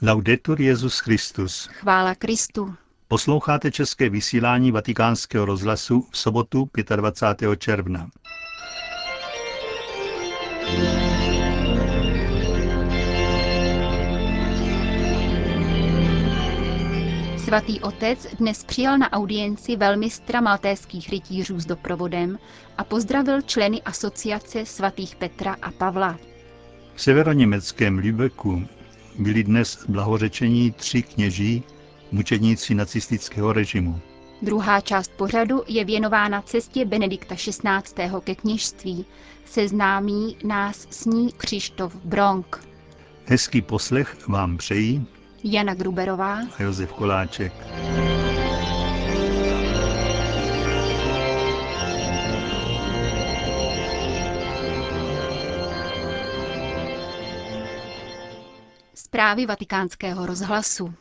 Laudetur Jesus Christus. Chvála Kristu. Posloucháte české vysílání Vatikánského rozhlasu v sobotu 25. června. Svatý otec dnes přijal na audienci velmistra maltéských rytířů s doprovodem a pozdravil členy asociace svatých Petra a Pavla. V severoněmeckém Lübecku byli dnes blahořečení 3 kněží, mučedníci nacistického režimu. Druhá část pořadu je věnována cestě Benedikta XVI. Ke kněžství. Seznámí nás s ní Křištof Bronk. Hezký poslech vám přejí Jana Gruberová a Josef Koláček. Zprávy Vatikánského rozhlasu.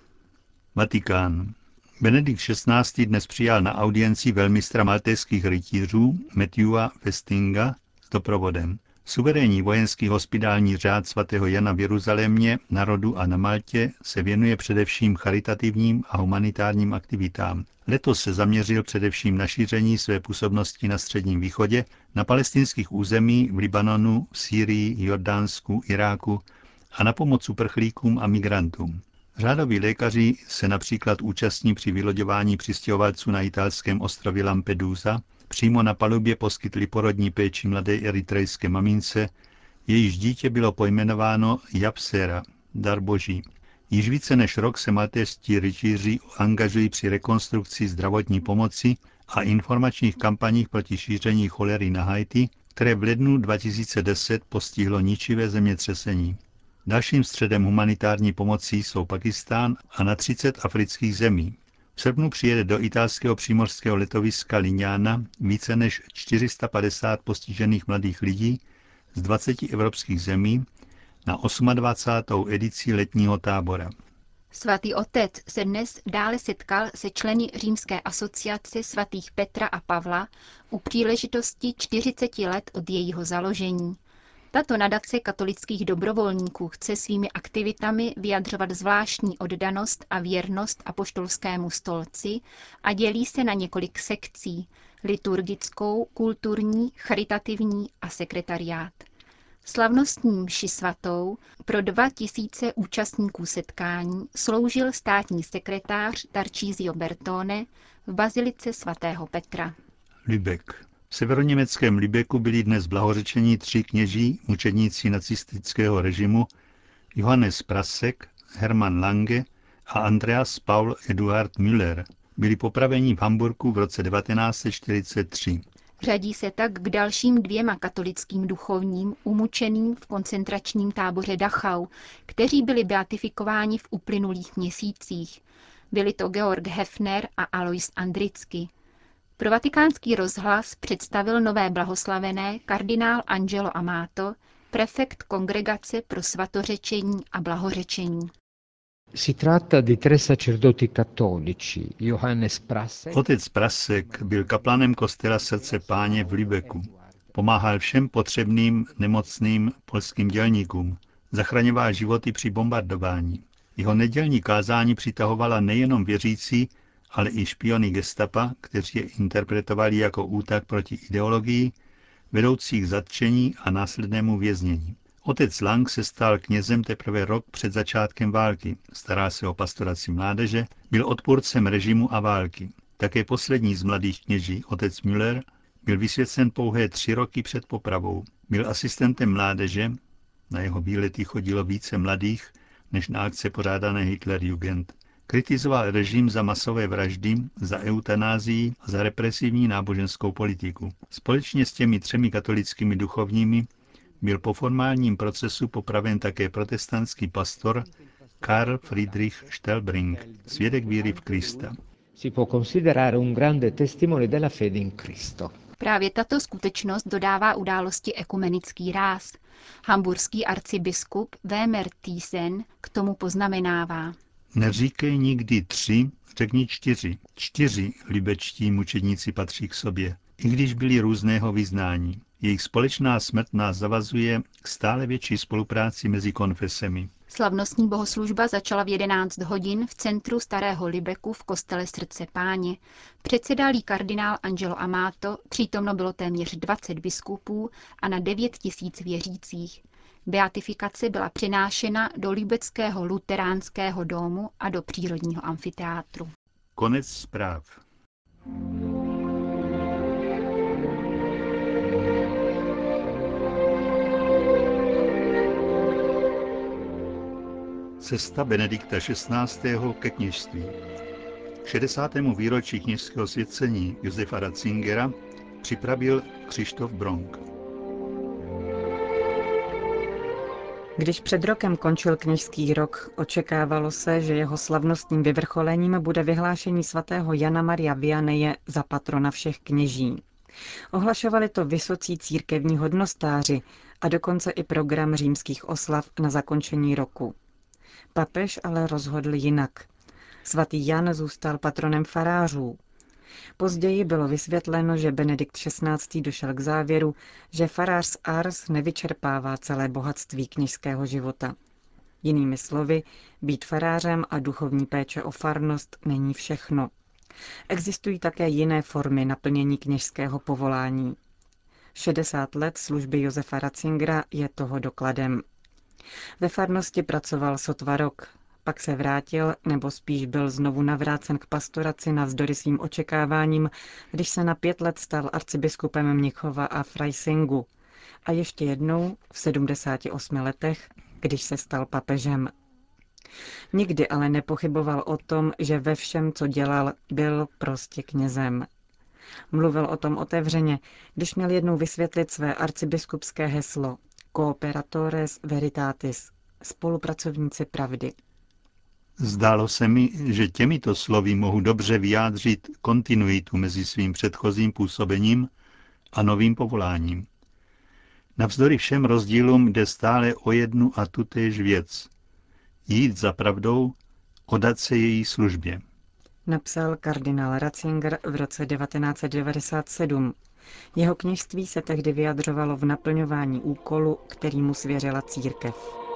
Vatikán. Benedikt XVI. Dnes přijal na audienci velmistra maltéských rytířů Matthewa Festinga s doprovodem. Suverénní vojenský hospitální řád svatého Jana v Jeruzalémě, na Rhodu a na Maltě se věnuje především charitativním a humanitárním aktivitám. Letos se zaměřil především na šíření své působnosti na Středním východě, na palestinských území v Libanonu, v Sýrii, Jordánsku, Iráku a na pomoc uprchlíkům a migrantům. Řádoví lékaři se například účastní při vyloďování přistěhovalců na italském ostrově Lampedusa, přímo na palubě poskytli porodní péči mladé eritrejské mamince, jejíž dítě bylo pojmenováno Japsera, dar boží. Již více než rok se maltéští rytíři angažují při rekonstrukci zdravotní pomoci a informačních kampaních proti šíření cholery na Haiti, které v lednu 2010 postihlo ničivé zemětřesení. Dalším středem humanitární pomoci jsou Pakistán a na 30 afrických zemí. V srpnu přijede do italského přímořského letoviska Lignana více než 450 postižených mladých lidí z 20 evropských zemí na 28. edici letního tábora. Svatý otec se dnes dále setkal se členy Římské asociace svatých Petra a Pavla u příležitosti 40 let od jejího založení. Tato nadace katolických dobrovolníků chce svými aktivitami vyjadřovat zvláštní oddanost a věrnost apoštolskému stolci a dělí se na několik sekcí: liturgickou, kulturní, charitativní a sekretariát. Slavnostní mši svatou pro 2000 účastníků setkání sloužil státní sekretář Tarcísio Bertone v bazilice svatého Petra. Lübeck. V severoněmeckém Lübecku byli dnes blahořečení 3 kněží, mučedníci nacistického režimu, Johannes Prasek, Hermann Lange a Andreas Paul Eduard Müller. Byli popraveni v Hamburku v roce 1943. Řadí se tak k dalším 2 katolickým duchovním umučeným v koncentračním táboře Dachau, kteří byli beatifikováni v uplynulých měsících. Byli to Georg Hefner a Alois Andricky. Pro Vatikánský rozhlas představil nové blahoslavené kardinál Angelo Amato, prefekt Kongregace pro svatořečení a blahořečení. Si tratta di 3 sacerdoti cattolici, Johannes Prasek. Otec Prasek byl kaplanem kostela Srdce Páně v Lübecku. Pomáhal všem potřebným, nemocným polským dělníkům. Zachraňoval životy při bombardování. Jeho nedělní kázání přitahovala nejenom věřící, ale i špiony gestapa, kteří je interpretovali jako útak proti ideologii, vedoucí k zatčení a následnému věznění. Otec Lang se stal knězem teprve rok před začátkem války, staral se o pastoraci mládeže, byl odpůrcem režimu a války. Také poslední z mladých kněží, otec Müller, byl vysvěcen pouhé 3 roky před popravou. Byl asistentem mládeže, na jeho výlety chodilo více mladých, než na akce pořádané Hitlerjugend. Kritizoval režim za masové vraždy, za eutanázii a za represivní náboženskou politiku. Společně s těmi 3 katolickými duchovními byl po formálním procesu popraven také protestantský pastor Karl Friedrich Stelbring, svědek víry v Krista. Si può considerare un grande testimone della fede in Cristo. Právě tato skutečnost dodává události ekumenický ráz. Hamburský arcibiskup Wémer Thiessen k tomu poznamenává. Neříkej nikdy 3, řekni 4. 4 libečtí mučedníci patří k sobě, i když byli různého vyznání. Jejich společná smrt nás zavazuje k stále větší spolupráci mezi konfesemi. Slavnostní bohoslužba začala v 11 hodin v centru Starého Libeku v kostele Srdce Páně. Předsedal jí kardinál Angelo Amato, přítomno bylo téměř 20 biskupů a na 9 000 věřících. Beatifikace byla přenášena do Libeckého luteránského domu a do přírodního amfiteátru. Konec zpráv. Cesta Benedikta XVI. Ke kněžství. K 60. výročí kněžského svěcení Josefa Ratzingera připravil Křištof Bronk. Když před rokem končil kněžský rok, očekávalo se, že jeho slavnostním vyvrcholením bude vyhlášení svatého Jana Maria Vianeje za patrona všech kněží. Ohlašovali to vysocí církevní hodnostáři a dokonce i program římských oslav na zakončení roku. Papež ale rozhodl jinak. Svatý Jan zůstal patronem farářů. Později bylo vysvětleno, že Benedikt XVI. Došel k závěru, že farář z Ars nevyčerpává celé bohatství kněžského života. Jinými slovy, být farářem a duchovní péče o farnost není všechno. Existují také jiné formy naplnění kněžského povolání. 60 let služby Josefa Ratzingera je toho dokladem. Ve farnosti pracoval sotva rok, pak se vrátil, nebo spíš byl znovu navrácen k pastoraci navzdory svým očekáváním, když se na 5 let stal arcibiskupem Mnichova a Freisingu a ještě jednou v 78 letech, když se stal papežem. Nikdy ale nepochyboval o tom, že ve všem, co dělal, byl prostě knězem. Mluvil o tom otevřeně, když měl jednou vysvětlit své arcibiskupské heslo Cooperatores Veritatis, spolupracovníci pravdy. Zdálo se mi, že těmito slovy mohu dobře vyjádřit kontinuitu mezi svým předchozím působením a novým povoláním. Navzdory všem rozdílům jde stále o jednu a tutéž věc. Jít za pravdou, oddat se její službě. Napsal kardinál Ratzinger v roce 1997. Jeho kněžství se tehdy vyjadřovalo v naplňování úkolu, který mu svěřila církev.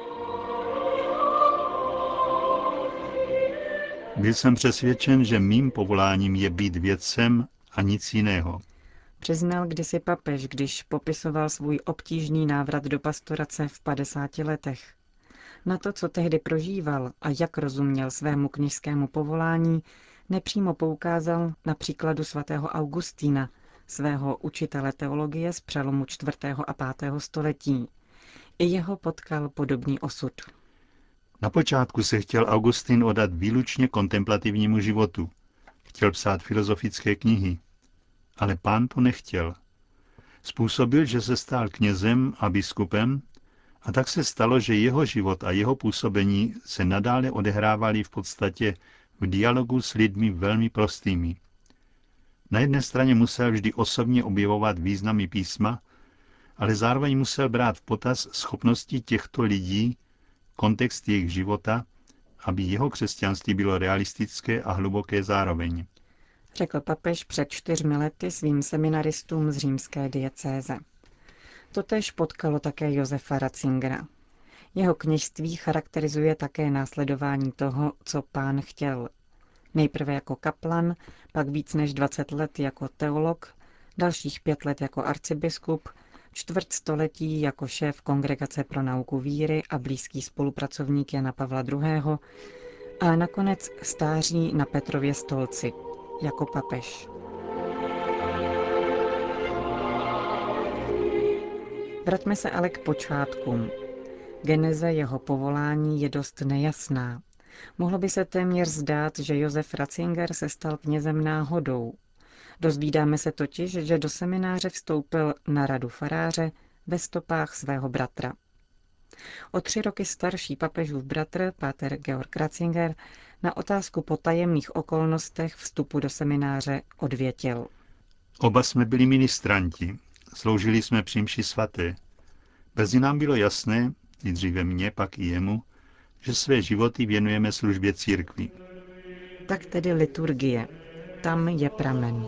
Byl jsem přesvědčen, že mým povoláním je být vědcem a nic jiného. Přiznal kdysi papež, když popisoval svůj obtížný návrat do pastorace v 50 letech. Na to, co tehdy prožíval a jak rozuměl svému kněžskému povolání, nepřímo poukázal na příkladu svatého Augustína, svého učitele teologie z přelomu 4. a 5. století. I jeho potkal podobný osud. Na počátku se chtěl Augustin oddat výlučně kontemplativnímu životu. Chtěl psát filozofické knihy. Ale Pán to nechtěl. Způsobil, že se stal knězem a biskupem, a tak se stalo, že jeho život a jeho působení se nadále odehrávaly v podstatě v dialogu s lidmi velmi prostými. Na jedné straně musel vždy osobně objevovat významy písma, ale zároveň musel brát v potaz schopnosti těchto lidí, kontext jejich života, aby jeho křesťanství bylo realistické a hluboké zároveň. Řekl papež před 4 lety svým seminaristům z římské diecéze. Totéž potkalo také Josefa Ratzingera. Jeho kněžství charakterizuje také následování toho, co Pán chtěl. Nejprve jako kaplan, pak víc než 20 let jako teolog, dalších 5 let jako arcibiskup, 400 jako šéf Kongregace pro nauku víry a blízký spolupracovník Jana Pavla II. A nakonec stáří na Petrově stolci jako papež. Vraťme se ale k počátkům. Geneze jeho povolání je dost nejasná. Mohlo by se téměř zdát, že Josef Ratzinger se stal knězem náhodou. Dozvídáme se totiž, že do semináře vstoupil na radu faráře ve stopách svého bratra. O 3 roky starší papežův bratr, páter Georg Ratzinger, na otázku po tajemných okolnostech vstupu do semináře odvětil. Oba jsme byli ministranti, sloužili jsme při mši svaté. Brzy nám bylo jasné, nejdříve mně, pak i jemu, že své životy věnujeme službě církvi. Tak tedy liturgie. Tam je pramen.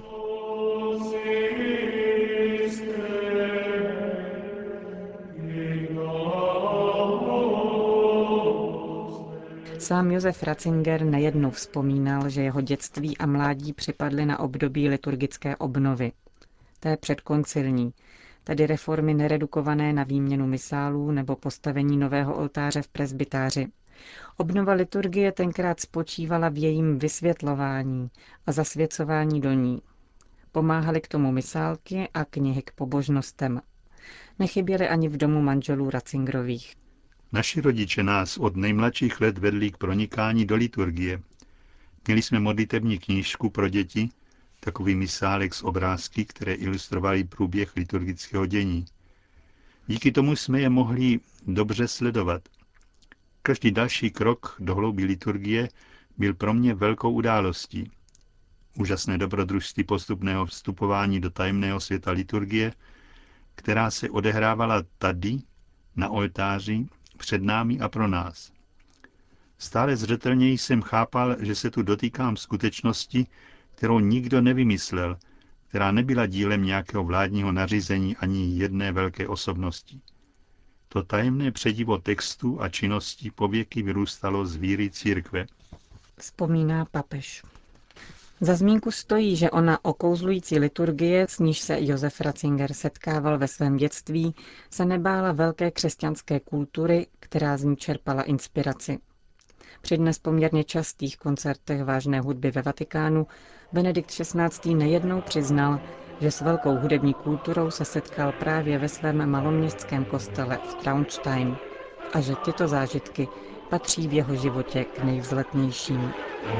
Sám Josef Ratzinger nejednou vzpomínal, že jeho dětství a mládí připadly na období liturgické obnovy. Té předkoncilní, tedy reformy neredukované na výměnu misálů nebo postavení nového oltáře v presbytáři. Obnova liturgie tenkrát spočívala v jejím vysvětlování a zasvěcování do ní. Pomáhaly k tomu misálky a knihy k pobožnostem. Nechyběly ani v domu manželů Ratzingerových. Naši rodiče nás od nejmladších let vedli k pronikání do liturgie. Měli jsme modlitební knížku pro děti, takový misálek z obrázky, které ilustrovaly průběh liturgického dění. Díky tomu jsme je mohli dobře sledovat. Každý další krok do hloubí liturgie byl pro mě velkou událostí. Úžasné dobrodružství postupného vstupování do tajemného světa liturgie, která se odehrávala tady, na oltáři, před námi a pro nás. Stále zřetelněji jsem chápal, že se tu dotýkám skutečnosti, kterou nikdo nevymyslel, která nebyla dílem nějakého vládního nařízení ani jedné velké osobnosti. To tajemné předivo textu a činností pověky vyrůstalo z víry církve. Vzpomíná papež. Za zmínku stojí, že ona okouzlující liturgie, s níž se Josef Ratzinger setkával ve svém dětství, se nebála velké křesťanské kultury, která z ní čerpala inspiraci. Při dnes poměrně častých koncertech vážné hudby ve Vatikánu Benedikt XVI. Nejednou přiznal, že s velkou hudební kulturou se setkal právě ve svém maloměstském kostele v Traunstein a že tyto zážitky patří v jeho životě k nejvzletnějším.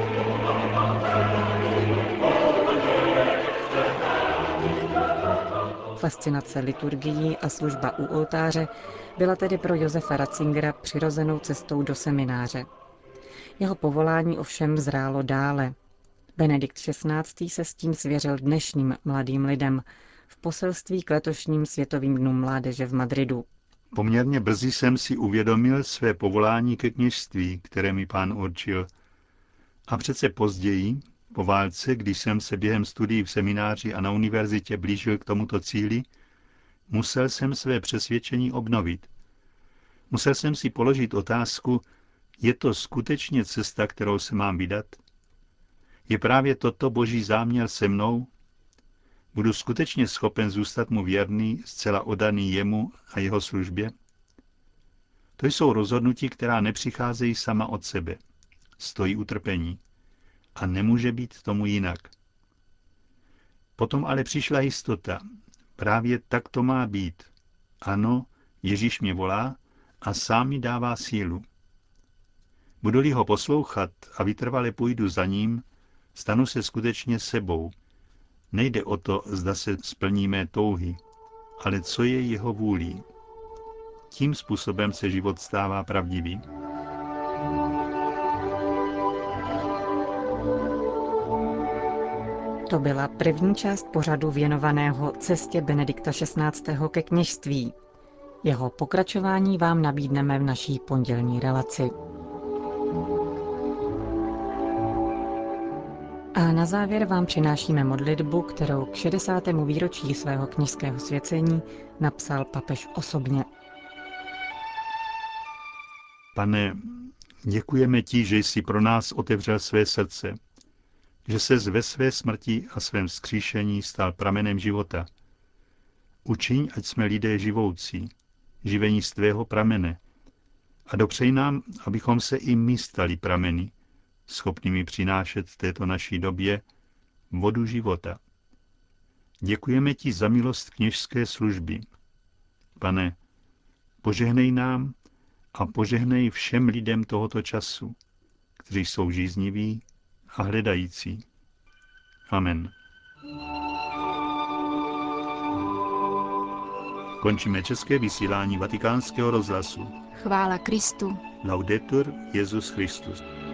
Fascinace liturgií a služba u oltáře byla tedy pro Josefa Ratzingera přirozenou cestou do semináře. Jeho povolání ovšem zrálo dále. Benedikt XVI. Se s tím svěřil dnešním mladým lidem v poselství k letošním Světovým dnům mládeže v Madridu. Poměrně brzy jsem si uvědomil své povolání ke kněžství, které mi Pán určil. A přece později, po válce, když jsem se během studií v semináři a na univerzitě blížil k tomuto cíli, musel jsem své přesvědčení obnovit. Musel jsem si položit otázku, je to skutečně cesta, kterou se mám vydat? Je právě toto Boží záměr se mnou? Budu skutečně schopen zůstat mu věrný, zcela oddaný jemu a jeho službě? To jsou rozhodnutí, která nepřicházejí sama od sebe. Stojí utrpení. A nemůže být tomu jinak. Potom ale přišla jistota. Právě tak to má být. Ano, Ježíš mě volá a sám mi dává sílu. Budu-li ho poslouchat a vytrvale půjdu za ním, stanu se skutečně sebou. Nejde o to, zda se splní mé touhy, ale co je jeho vůlí. Tím způsobem se život stává pravdivý. To byla první část pořadu věnovaného cestě Benedikta XVI. Ke kněžství. Jeho pokračování vám nabídneme v naší pondělní relaci. A na závěr vám přinášíme modlitbu, kterou k 60. výročí svého kněžského svěcení napsal papež osobně. Pane, děkujeme ti, že jsi pro nás otevřel své srdce, že ses ve své smrti a svém vzkříšení stal pramenem života. Učiň, ať jsme lidé živoucí, živení z tvého pramene, a dopřej nám, abychom se i my stali prameny, schopnými přinášet v této naší době vodu života. Děkujeme ti za milost kněžské služby. Pane, požehnej nám a požehnej všem lidem tohoto času, kteří jsou žízniví a hledající. Amen. Končíme české vysílání Vatikánského rozhlasu. Chvála Kristu. Laudetur Jesus Christus.